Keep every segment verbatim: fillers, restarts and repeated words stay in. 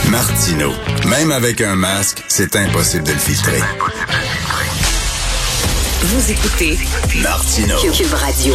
Martineau. Même avec un masque, c'est impossible de le filtrer. Vous écoutez Martineau. Cube Radio.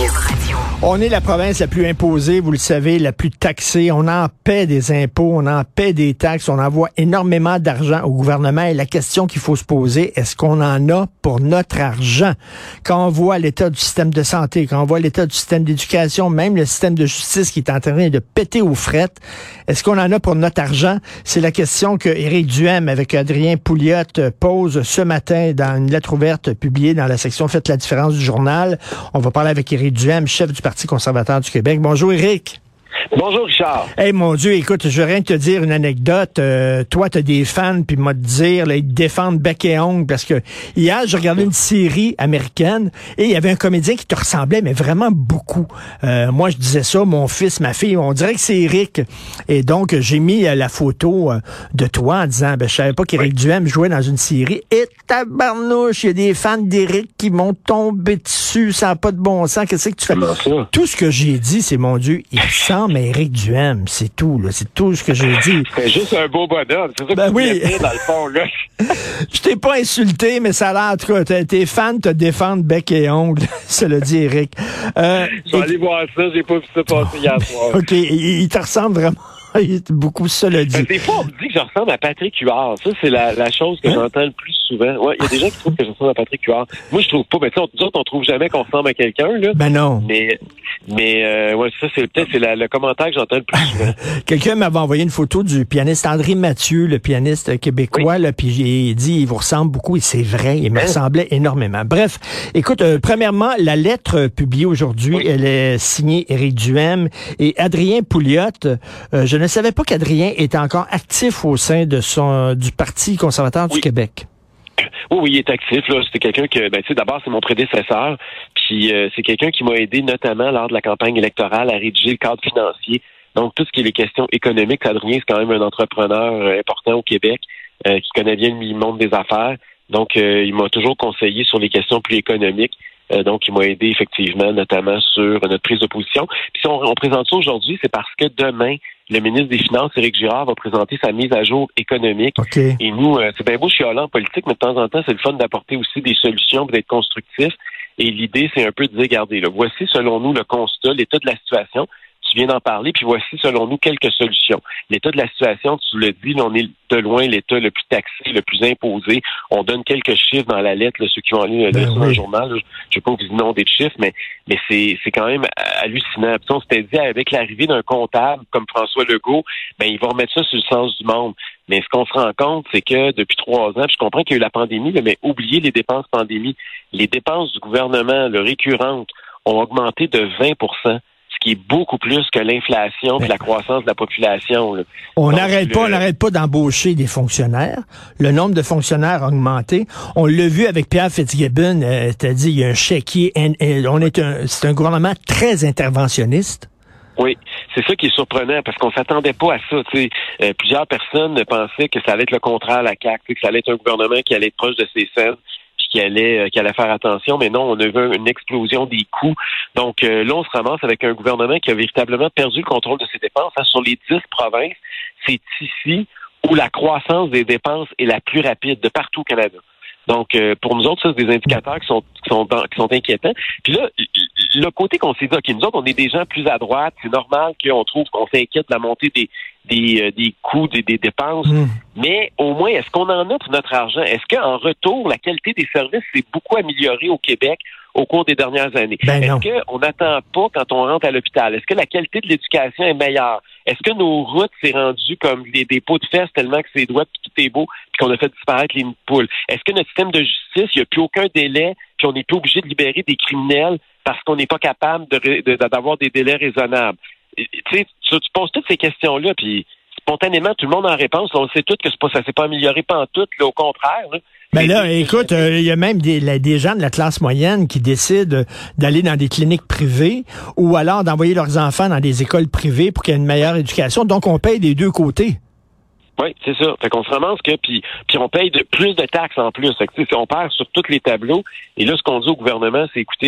On est la province la plus imposée, vous le savez, la plus taxée. On en paie des impôts, on en paie des taxes, on envoie énormément d'argent au gouvernement. Et la question qu'il faut se poser, est-ce qu'on en a pour notre argent? Quand on voit l'état du système de santé, quand on voit l'état du système d'éducation, même le système de justice qui est en train de péter aux frettes, est-ce qu'on en a pour notre argent? C'est la question que Éric Duhem avec Adrien Pouliot pose ce matin dans une lettre ouverte publiée dans la section Faites la différence du journal. On va parler avec Éric Duhem, chef du Parti conservateur du Québec. Bonjour Éric. Bonjour Richard. Hey mon Dieu, écoute, je veux rien te dire une anecdote. Euh, toi, t'as des fans, puis moi te dire, là, ils te défendent bec et ongle, parce que hier, j'ai regardé une série américaine et il y avait un comédien qui te ressemblait, mais vraiment beaucoup. Euh, moi, je disais ça, mon fils, ma fille, on dirait que c'est Éric. Et donc, j'ai mis euh, la photo euh, de toi en disant, ben, je savais pas qu'Éric oui. Duhem jouait dans une série. Et tabarnouche, il y a des fans d'Éric qui m'ont tombé dessus, ça n'a pas de bon sens. Qu'est-ce que tu fais? Ça? Tout ce que j'ai dit, c'est, mon Dieu, il ressemble mais Éric Duhem, c'est tout, là. C'est tout ce que j'ai dit. C'est juste un beau bonhomme. C'est ça ben que oui. tu dans le fond, là. Je t'ai pas insulté, mais ça a l'air, en tout cas, tes fans te défendent bec et ongle. Cela dit, Éric. Euh, je vais et... aller voir ça. J'ai pas vu ça passer hier soir. OK. Il, il te ressemble vraiment. Il est beaucoup cela dit. Ben, des fois, on me dit que je ressemble à Patrick Huard. Ça, c'est la, la chose que hein? j'entends le plus souvent. Ouais, il y a des gens qui trouvent que je ressemble à Patrick Huard. Moi, je trouve pas. Mais tu sais, nous autres, on trouve jamais qu'on ressemble à quelqu'un, là. Ben non. Mais, mais, euh, ouais, ça, c'est peut-être, c'est la, le commentaire que j'entends le plus souvent. Quelqu'un m'avait envoyé une photo du pianiste André Mathieu, le pianiste québécois, oui. là, puis il dit, il vous ressemble beaucoup, et c'est vrai, il me hein? ressemblait énormément. Bref, écoute, euh, premièrement, la lettre publiée aujourd'hui, oui. elle est signée Éric Duhem et Adrien Pouliot. Euh, je ne savais pas qu'Adrien était encore actif au sein de son du Parti conservateur oui. du Québec. Oui, oui, il est actif. Là, c'était quelqu'un que, ben, tu sais, d'abord c'est mon prédécesseur, puis euh, c'est quelqu'un qui m'a aidé notamment lors de la campagne électorale à rédiger le cadre financier. Donc tout ce qui est les questions économiques, Adrien c'est quand même un entrepreneur euh, important au Québec euh, qui connaît bien le monde des affaires. Donc euh, il m'a toujours conseillé sur les questions plus économiques. Euh, donc, il m'a aidé effectivement, notamment sur notre prise de position. Puis si on, on présente ça aujourd'hui, c'est parce que demain, le ministre des Finances, Éric Girard, va présenter sa mise à jour économique. Okay. Et nous, euh, c'est bien beau chialer en politique, mais de temps en temps, c'est le fun d'apporter aussi des solutions et d'être constructif. Et l'idée, c'est un peu de dire, regardez, là, voici selon nous le constat, l'état de la situation. Tu viens d'en parler, puis voici, selon nous, quelques solutions. L'état de la situation, tu le dis, là, on est de loin l'État le plus taxé, le plus imposé. On donne quelques chiffres dans la lettre, là, ceux qui vont aller lire ben sur oui. un journal. Là, je ne vais pas vous inonder de chiffres, mais, mais c'est, c'est quand même hallucinant. Puis on s'était dit, avec l'arrivée d'un comptable comme François Legault, ben ils vont remettre ça sur le sens du monde. Mais ce qu'on se rend compte, c'est que depuis trois ans, puis je comprends qu'il y a eu la pandémie, là, mais oubliez les dépenses pandémie. Les dépenses du gouvernement, le récurrentes, ont augmenté de vingt pour cent. Ce qui est beaucoup plus que l'inflation et la croissance de la population. Là. On n'arrête le... pas, on n'arrête pas d'embaucher des fonctionnaires. Le nombre de fonctionnaires a augmenté. On l'a vu avec Pierre Fitzgibbon, euh, t'as dit, il y a un chéquier. On est un, c'est un gouvernement très interventionniste. Oui, c'est ça qui est surprenant parce qu'on s'attendait pas à ça. Tu sais, euh, plusieurs personnes pensaient que ça allait être le contraire à la C A Q, que ça allait être un gouvernement qui allait être proche de ses scènes. Qui allait, euh, qui allait faire attention, mais non, on a vu une explosion des coûts. Donc euh, là, on se ramasse avec un gouvernement qui a véritablement perdu le contrôle de ses dépenses. Hein. Sur les dix provinces, c'est ici où la croissance des dépenses est la plus rapide de partout au Canada. Donc, euh, pour nous autres, ça, c'est des indicateurs qui sont qui sont qui sont inquiétants. Puis là, le côté qu'on s'est dit, OK, nous autres, on est des gens plus à droite, c'est normal qu'on trouve qu'on s'inquiète de la montée des des, euh, des coûts, des, des dépenses, mmh. mais au moins, est-ce qu'on en a pour notre argent? Est-ce qu'en retour, la qualité des services s'est beaucoup améliorée au Québec au cours des dernières années? Ben est-ce qu'on n'attend pas quand on rentre à l'hôpital? Est-ce que la qualité de l'éducation est meilleure? Est-ce que nos routes s'est rendues comme des, des pots de fesses tellement que c'est droit puis tout est beau puis qu'on a fait disparaître les nids de poules? Est-ce que notre système de justice, il n'y a plus aucun délai puis on n'est plus obligé de libérer des criminels parce qu'on n'est pas capable de, de, d'avoir des délais raisonnables? Tu sais, tu, tu poses toutes ces questions-là, puis spontanément, tout le monde en réponse. Là, on sait tout que c'est pas, ça s'est pas amélioré pantoute, là, au contraire. Là. Ben là, écoute, il euh, y a même des, la, des gens de la classe moyenne qui décident d'aller dans des cliniques privées ou alors d'envoyer leurs enfants dans des écoles privées pour qu'il y ait une meilleure éducation. Donc, on paye des deux côtés. Oui, c'est ça. Fait qu'on se ramasse que, puis, puis on paye de plus de taxes en plus. Fait que, on perd sur tous les tableaux. Et là, ce qu'on dit au gouvernement, c'est, écoutez,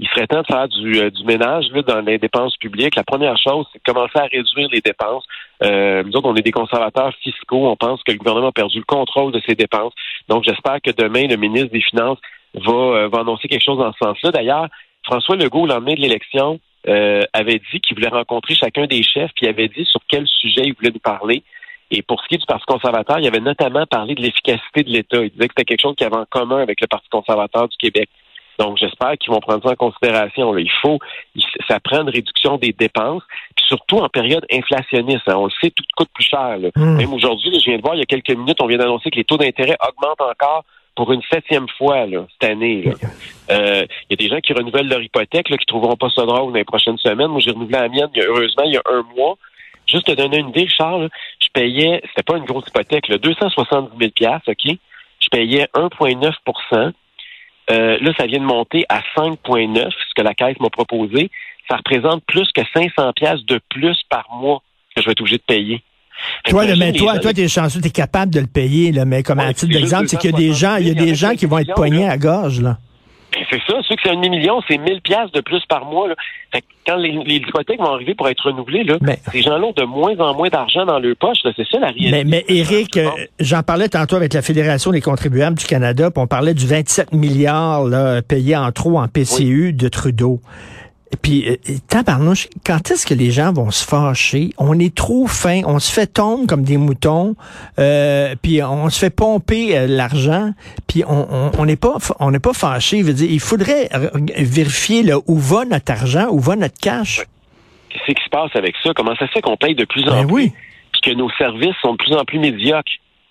il serait temps de faire du, euh, du ménage là, dans les dépenses publiques. La première chose, c'est de commencer à réduire les dépenses. Euh, nous autres, on est des conservateurs fiscaux. On pense que le gouvernement a perdu le contrôle de ses dépenses. Donc, j'espère que demain, le ministre des Finances va, euh, va annoncer quelque chose dans ce sens-là. D'ailleurs, François Legault, le lendemain de l'élection, euh, avait dit qu'il voulait rencontrer chacun des chefs, puis il avait dit sur quel sujet il voulait nous parler. Et pour ce qui est du Parti conservateur, il avait notamment parlé de l'efficacité de l'État. Il disait que c'était quelque chose qu'il avait en commun avec le Parti conservateur du Québec. Donc, j'espère qu'ils vont prendre ça en considération. Là. Il faut, ça prend une réduction des dépenses, puis surtout en période inflationniste. Hein. On le sait, tout coûte plus cher. Là. Mmh. Même aujourd'hui, là, je viens de voir, il y a quelques minutes, on vient d'annoncer que les taux d'intérêt augmentent encore pour une septième fois là, cette année. Là. Euh, il y a des gens qui renouvellent leur hypothèque, là, qui trouveront pas ça drôle dans les prochaines semaines. Moi, j'ai renouvelé la mienne, il y a, heureusement, il y a un mois. Juste te donner une idée, Charles, là, je payais, c'était pas une grosse hypothèque, là, deux cent soixante-dix mille dollars, OK? Je payais un virgule neuf pour cent. Euh, là, ça vient de monter à cinq virgule neuf, ce que la Caisse m'a proposé. Ça représente plus que cinq cents dollars de plus par mois que je vais être obligé de payer. Toi, là, mais toi, toi, t'es chanceux, t'es capable de le payer, là, mais comme ouais, un titre d'exemple, c'est qu'il y a des gens, il y a des gens qui vont être poignés à gorge, là. Ben, c'est ça, ceux qui c'est un demi-million, c'est mille piastres de plus par mois, là. Fait que quand les, les hypothèques vont arriver pour être renouvelées, là, mais, ces gens-là ont de moins en moins d'argent dans leur poche, là. C'est ça la réalité. Mais, mais Éric, euh, j'en parlais tantôt avec la Fédération des contribuables du Canada, puis on parlait du vingt-sept milliards, là, payés en trop en P C U oui. de Trudeau. Et puis, euh, tabarnouche, quand est-ce que les gens vont se fâcher? On est trop fin, on se fait tondre comme des moutons, euh, puis on se fait pomper euh, l'argent, puis on n'est pas on n'est pas fâché. Je veux dire, il faudrait vérifier là, où va notre argent, où va notre cash. Qu'est-ce qui se passe avec ça? Comment ça se fait qu'on paye de plus en ben plus? Oui. Puis que nos services sont de plus en plus médiocres?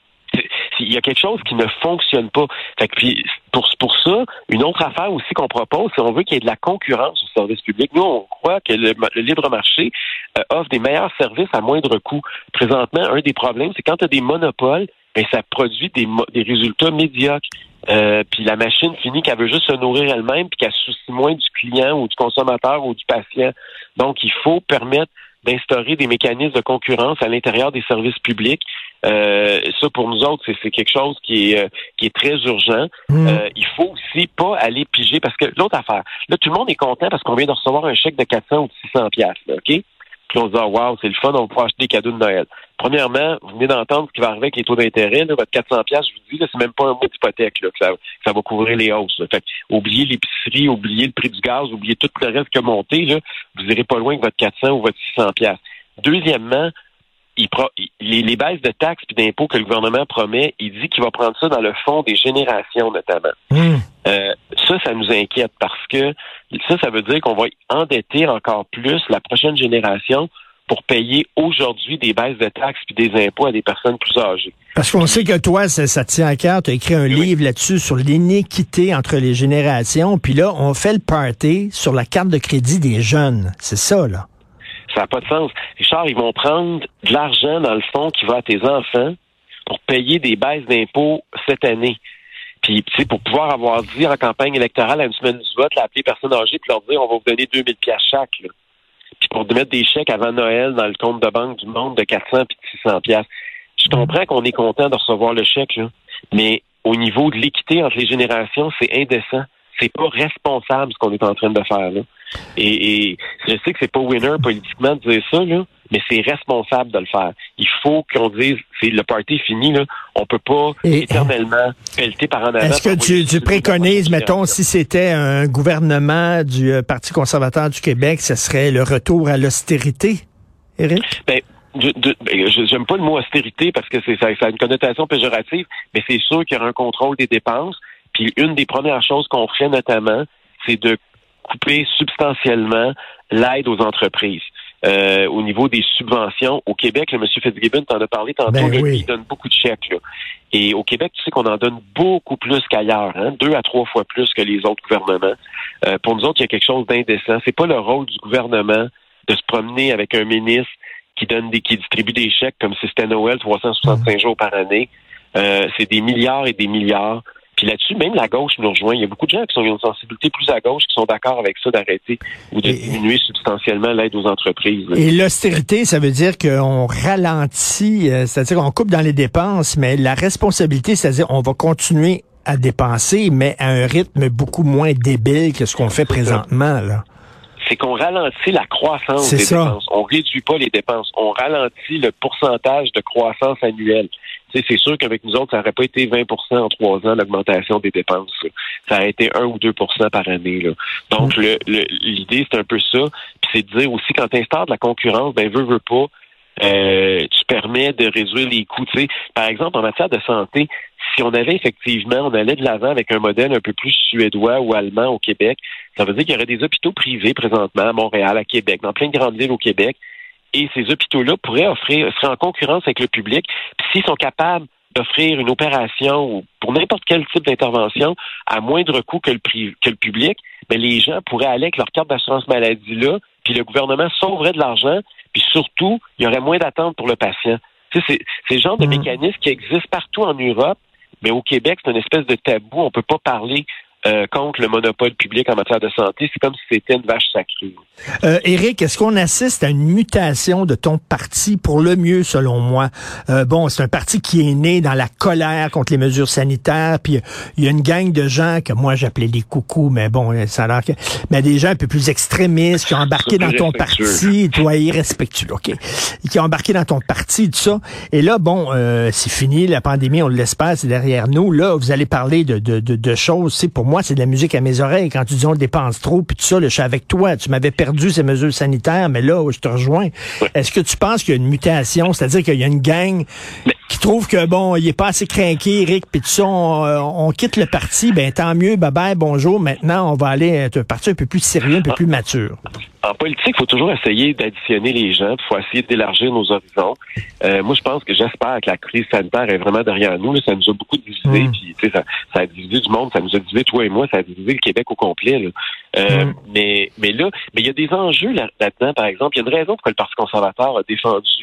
Il y a quelque chose qui ne fonctionne pas. Fait que puis pour, pour ça, une autre affaire aussi qu'on propose, c'est qu'on veut qu'il y ait de la concurrence au service public. Nous, on croit que le, le libre marché euh, offre des meilleurs services à moindre coût. Présentement, un des problèmes, c'est quand tu as des monopoles, ben, ça produit des, des résultats médiocres. Euh, puis la machine finit qu'elle veut juste se nourrir elle-même puis qu'elle se soucie moins du client ou du consommateur ou du patient. Donc, il faut permettre d'instaurer des mécanismes de concurrence à l'intérieur des services publics. Euh, ça, pour nous autres, c'est, c'est quelque chose qui est euh, qui est très urgent. Mmh. Euh, il faut aussi pas aller piger, parce que l'autre affaire, là, tout le monde est content parce qu'on vient de recevoir un chèque de quatre cents ou de six cents piastres, là, OK? Puis on se dit, oh, wow, c'est le fun, on va pouvoir acheter des cadeaux de Noël. Premièrement, vous venez d'entendre ce qui va arriver avec les taux d'intérêt, là, votre quatre cents piastres, je vous dis, là, c'est même pas un mois d'hypothèque, là, que ça, que ça va couvrir les hausses, là. Fait que, oubliez l'épicerie, oubliez le prix du gaz, oubliez tout le reste qui a monté, là, vous irez pas loin que votre quatre cents ou votre six cents piastres. Deuxièmement, il pro, les, les baisses de taxes et d'impôts que le gouvernement promet, il dit qu'il va prendre ça dans le fonds des générations, notamment. Mmh. Euh, ça, ça nous inquiète parce que ça, ça veut dire qu'on va endetter encore plus la prochaine génération pour payer aujourd'hui des baisses de taxes et des impôts à des personnes plus âgées. Parce qu'on sait que toi, ça, ça te tient à cœur, tu as écrit un oui. livre là-dessus sur l'inéquité entre les générations, puis là, on fait le party sur la carte de crédit des jeunes. C'est ça, là. Ça n'a pas de sens. Richard, ils vont prendre de l'argent dans le fond qui va à tes enfants pour payer des baisses d'impôts cette année. Puis, tu sais, pour pouvoir avoir dit en campagne électorale à une semaine du vote, là, appeler les personnes âgées et leur dire on va vous donner deux mille piastres chaque. Là. Puis pour mettre des chèques avant Noël dans le compte de banque du monde de quatre cents puis de six cents piastres. Je comprends qu'on est content de recevoir le chèque, là, mais au niveau de l'équité entre les générations, c'est indécent. C'est pas responsable ce qu'on est en train de faire, là. Et, et je sais que c'est pas winner politiquement de dire ça, là, mais c'est responsable de le faire. Il faut qu'on dise, c'est le party fini, là. On peut pas et, éternellement pelleter par en avant. Est-ce que tu, tu préconises, mettons, si c'était un gouvernement du euh, Parti conservateur du Québec, ce serait le retour à l'austérité, Éric? Ben, Je, je, j'aime pas le mot austérité parce que c'est, ça, ça a une connotation péjorative, mais c'est sûr qu'il y aura un contrôle des dépenses. Puis une des premières choses qu'on ferait notamment, c'est de couper substantiellement l'aide aux entreprises. Euh, au niveau des subventions, au Québec, le M. Fitzgibbon t'en a parlé tantôt, ben là, oui. Il donne beaucoup de chèques. Là. Et au Québec, tu sais qu'on en donne beaucoup plus qu'ailleurs, hein, deux à trois fois plus que les autres gouvernements. Euh, pour nous autres, il y a quelque chose d'indécent. C'est pas le rôle du gouvernement de se promener avec un ministre qui donne des, qui distribue des chèques comme si c'était Noël trois cent soixante-cinq jours par année. Euh, c'est des milliards et des milliards. Puis là-dessus, même la gauche nous rejoint. Il y a beaucoup de gens qui ont une sensibilité plus à gauche qui sont d'accord avec ça, d'arrêter ou de et, diminuer substantiellement l'aide aux entreprises. Là. Et l'austérité, ça veut dire qu'on ralentit, euh, c'est-à-dire qu'on coupe dans les dépenses, mais la responsabilité, c'est-à-dire on va continuer à dépenser, mais à un rythme beaucoup moins débile que ce qu'on fait présentement, là. C'est qu'on ralentit la croissance C'est des ça. dépenses. On réduit pas les dépenses. On ralentit le pourcentage de croissance annuelle. Tu sais, c'est sûr qu'avec nous autres, ça n'aurait pas été vingt pour cent en trois ans l'augmentation des dépenses. Là. Ça aurait été un ou deux pour cent par année. Là. Donc, mmh. le, le, l'idée, c'est un peu ça. Puis c'est de dire aussi, quand tu instaures de la concurrence, ben veux, veux pas, euh, tu permets de réduire les coûts. Tu sais, par exemple, en matière de santé, si on avait effectivement, on allait de l'avant avec un modèle un peu plus suédois ou allemand au Québec, ça veut dire qu'il y aurait des hôpitaux privés présentement à Montréal, à Québec, dans plein de grandes villes au Québec, et ces hôpitaux-là pourraient offrir, seraient en concurrence avec le public, puis s'ils sont capables d'offrir une opération ou pour n'importe quel type d'intervention à moindre coût que le, priv- que le public, ben les gens pourraient aller avec leur carte d'assurance maladie-là, puis le gouvernement sauverait de l'argent, puis surtout, il y aurait moins d'attente pour le patient. Tu sais, c'est, c'est le genre de mmh. mécanisme qui existe partout en Europe, mais au Québec, c'est une espèce de tabou. On peut pas parler euh, contre le monopole public en matière de santé. C'est comme si c'était une vache sacrée. Euh, Éric, est-ce qu'on assiste à une mutation de ton parti pour le mieux, selon moi? Euh, bon, c'est un parti qui est né dans la colère contre les mesures sanitaires, puis il y a une gang de gens que moi j'appelais les coucous, mais bon, ça a l'air que... Mais des gens un peu plus extrémistes qui ont embarqué dans ton parti, toi, irrespectueux, OK, qui ont embarqué dans ton parti, tout ça. Et là, bon, euh, c'est fini, la pandémie, on l'espère, c'est derrière nous. Là, vous allez parler de, de, de, de choses, c'est pour moi, c'est de la musique à mes oreilles. Quand tu dis on dépense trop, puis tout ça, là, je suis avec toi, tu m'avais perdu ces mesures sanitaires, mais là, je te rejoins. Ouais. Est-ce que tu penses qu'il y a une mutation, c'est-à-dire qu'il y a une gang mais... qui trouve que, bon, il est pas assez craqué, Éric, puis tout ça, on, on quitte le parti, ben tant mieux, bye-bye, bonjour, maintenant, on va aller être un parti un peu plus sérieux, un peu plus mature. En politique, il faut toujours essayer d'additionner les gens, il faut essayer d'élargir nos horizons. Euh, moi, je pense que j'espère que la crise sanitaire est vraiment derrière nous. Là, ça nous a beaucoup divisé, mmh. puis tu sais, ça, ça a divisé du monde, ça nous a divisé, toi et moi, ça a divisé le Québec au complet. Là. Euh, mmh. Mais mais là, mais il y a des enjeux là, là-dedans, par exemple. Il y a une raison pourquoi le Parti conservateur a défendu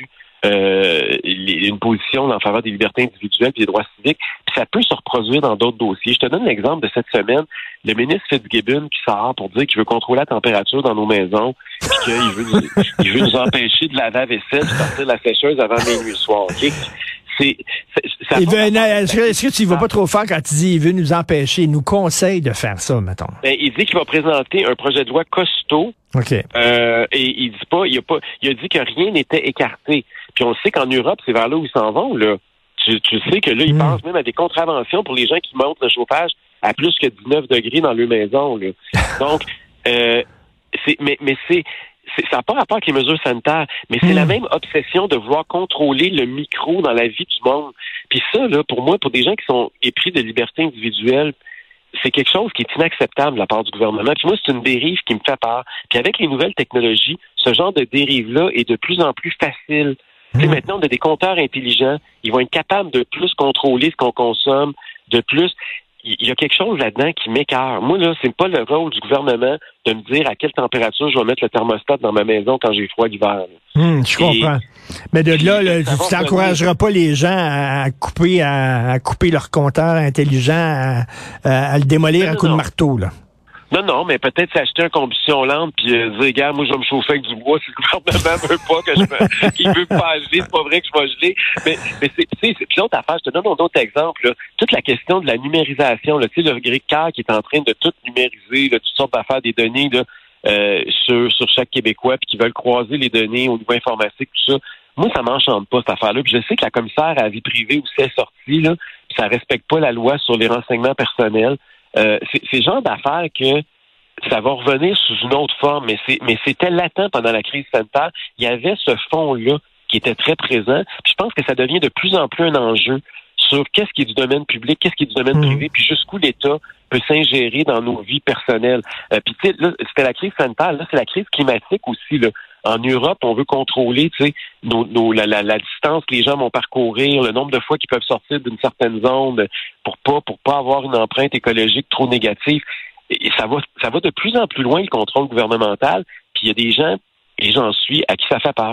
euh, une position en faveur des libertés individuelles et des droits civiques, puis ça peut se reproduire dans d'autres dossiers. Je te donne l'exemple de cette semaine. Le ministre Fitzgibbon qui sort pour dire qu'il veut contrôler la température dans nos maisons, puis qu'il veut nous, il veut nous empêcher de laver la vaisselle, de sortir la sécheuse avant minuit le soir. Okay? C'est, c'est, ça il veut, est-ce, que, est-ce que tu ne vas pas trop fort quand tu dis il veut nous empêcher, il nous conseille de faire ça, mettons? Ben, il dit qu'il va présenter un projet de loi costaud. OK. Euh, et il dit pas, il a pas, il a dit que rien n'était écarté. Puis on sait qu'en Europe, c'est vers là où ils s'en vont, là. Tu, tu sais que là, ils mmh. pensent même à des contraventions pour les gens qui montent le chauffage à plus que dix-neuf degrés dans leur maison, là. Donc, euh, c'est, mais, mais c'est, c'est, ça n'a pas rapport avec les mesures sanitaires, mais c'est mmh. la même obsession de vouloir contrôler le micro dans la vie du monde. Puis ça, là, pour moi, pour des gens qui sont épris de liberté individuelle, c'est quelque chose qui est inacceptable de la part du gouvernement. Puis moi, c'est une dérive qui me fait peur. Puis avec les nouvelles technologies, ce genre de dérive-là est de plus en plus facile. Mmh. Tu sais, maintenant, on a des compteurs intelligents. Ils vont être capables de plus contrôler ce qu'on consomme, de plus... Il y a quelque chose là-dedans qui m'écœure. Moi, là, c'est pas le rôle du gouvernement de me dire à quelle température je vais mettre le thermostat dans ma maison quand j'ai froid l'hiver. Hum, je comprends. Et, Mais de là, là tu n'encourageras pas les gens à couper, à, à couper leur compteur intelligent, à, à, à le démolir non, à coup non. de marteau, là. Non, non, mais peut-être s'acheter un combustion lente puis euh, dire, regarde, moi, je vais me chauffer avec du bois si le gouvernement veut pas que je me, qu'il veut pas geler, c'est pas vrai que je vais geler. Mais, mais c'est, tu sais, c'est, puis l'autre affaire, je te donne un autre exemple, là. Toute la question de la numérisation, là, tu sais, le Gricard qui est en train de tout numériser, là, toutes sortes d'affaires, des données, là, euh, sur, sur chaque Québécois puis qui veulent croiser les données au niveau informatique, tout ça. Moi, ça m'enchante pas, cette affaire-là. Puis je sais que la commissaire à la vie privée aussi est sortie, là, puis ça respecte pas la loi sur les renseignements personnels. Euh, c'est, c'est le genre d'affaires que ça va revenir sous une autre forme, mais c'est mais c'était latent pendant la crise sanitaire. Il y avait ce fond-là qui était très présent. Puis je pense que ça devient de plus en plus un enjeu sur qu'est-ce qui est du domaine public, qu'est-ce qui est du domaine mmh. privé, puis jusqu'où l'État peut s'ingérer dans nos vies personnelles. Euh, puis tu sais, là, c'était la crise sanitaire, là, c'est la crise climatique aussi, là. En Europe, on veut contrôler, tu sais, nos, nos, la, la, la distance que les gens vont parcourir, le nombre de fois qu'ils peuvent sortir d'une certaine zone pour pas pour pas avoir une empreinte écologique trop négative. Et ça va, ça va de plus en plus loin, le contrôle gouvernemental. Puis il y a des gens, et j'en suis, à qui ça fait peur.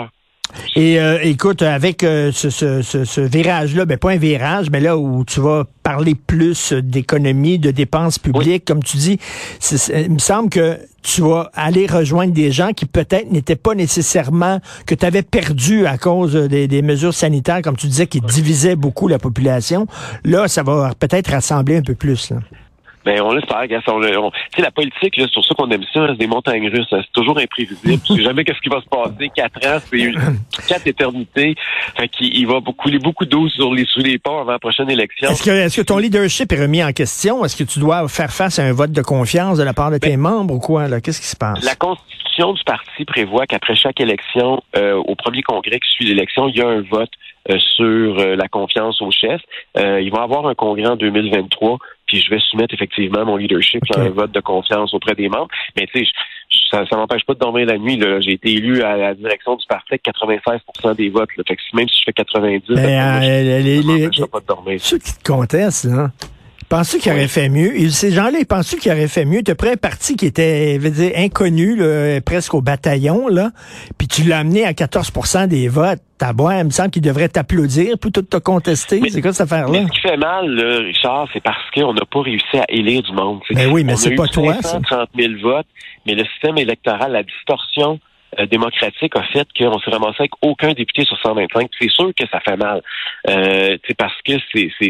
Et euh, écoute, avec euh, ce, ce, ce, ce virage-là, ben pas un virage, mais là où tu vas parler plus d'économie, de dépenses publiques, oui. Comme tu dis, c'est, c'est, il me semble que tu vas aller rejoindre des gens qui peut-être n'étaient pas nécessairement, que tu avais perdu à cause des, des mesures sanitaires, comme tu disais, qui divisaient beaucoup la population. Là, ça va peut-être rassembler un peu plus, là. Ben, on l'espère, gars. On, on, tu sais, la politique, là, c'est pour ça qu'on aime ça, là, c'est des montagnes russes. Hein, c'est toujours imprévisible. Tu sais jamais qu'est-ce qui va se passer. Quatre ans, c'est une, quatre éternités. Fait qu'il il va couler beaucoup d'eau sur les, sous les ponts avant la prochaine élection. Est-ce que, est-ce que ton leadership est remis en question? Est-ce que tu dois faire face à un vote de confiance de la part de tes ben, membres ou quoi, là? Qu'est-ce qui se passe? La constitution du parti prévoit qu'après chaque élection, euh, au premier congrès qui suit l'élection, il y a un vote euh, sur euh, la confiance au chef. Euh, il va y avoir un congrès en deux mille vingt-trois. Puis je vais soumettre effectivement mon leadership okay. à un vote de confiance auprès des membres. Mais tu sais, ça, ça m'empêche pas de dormir la nuit. Là. J'ai été élu à la direction du parti avec quatre-vingt-seize pour cent des votes. Là. Fait que même si je fais quatre-vingt-dix, ben, euh, les, les, ça m'empêche les, pas de dormir. Ceux qui te contestent, là, penses-tu qu'il oui. aurait fait mieux? Et ces gens-là, ils pensent qu'il aurait fait mieux? Tu as pris un parti qui était, je veux dire, inconnu, là, presque au bataillon, là, puis tu l'as amené à quatorze pour cent des votes. Ta boîte, il me semble qu'il devrait t'applaudir plutôt que te contester. Mais, c'est quoi cette affaire-là? Mais ce qui fait mal, là, Richard, c'est parce qu'on n'a pas réussi à élire du monde. Ben oui, mais on c'est a pas eu toi, cinq cent trente mille votes, mais le système électoral, la distorsion euh, démocratique a fait qu'on s'est ramassé avec aucun député sur cent vingt-cinq. C'est sûr que ça fait mal. Euh, c'est parce que c'est... c'est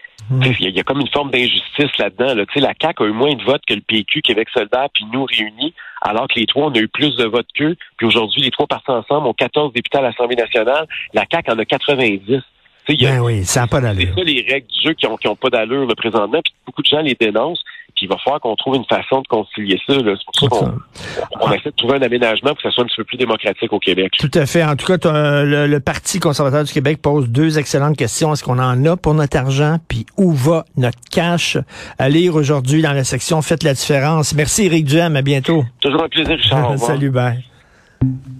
Il y, y a comme une forme d'injustice là-dedans. Là. La C A Q a eu moins de votes que le P Q, Québec solidaire, puis nous réunis, alors que les trois, on a eu plus de votes qu'eux. Puis aujourd'hui, les trois partis ensemble ont quatorze députés à l'Assemblée nationale. La C A Q en a quatre-vingt-dix. Y a, ben oui, ça n'a pas d'allure. C'est ça les règles du jeu qui n'ont qui ont pas d'allure là, présentement. Puis beaucoup de gens les dénoncent. Puis il va falloir qu'on trouve une façon de concilier ça. Là. C'est pour ça qu'on on essaie de trouver un aménagement pour que ça soit un petit peu plus démocratique au Québec. Tout à fait. En tout cas, le, le Parti conservateur du Québec pose deux excellentes questions. Est-ce qu'on en a pour notre argent? Puis où va notre cash? À lire aujourd'hui dans la section Faites la différence. Merci Éric Duhem. À bientôt. Toujours un plaisir, Richard. Salut, bye.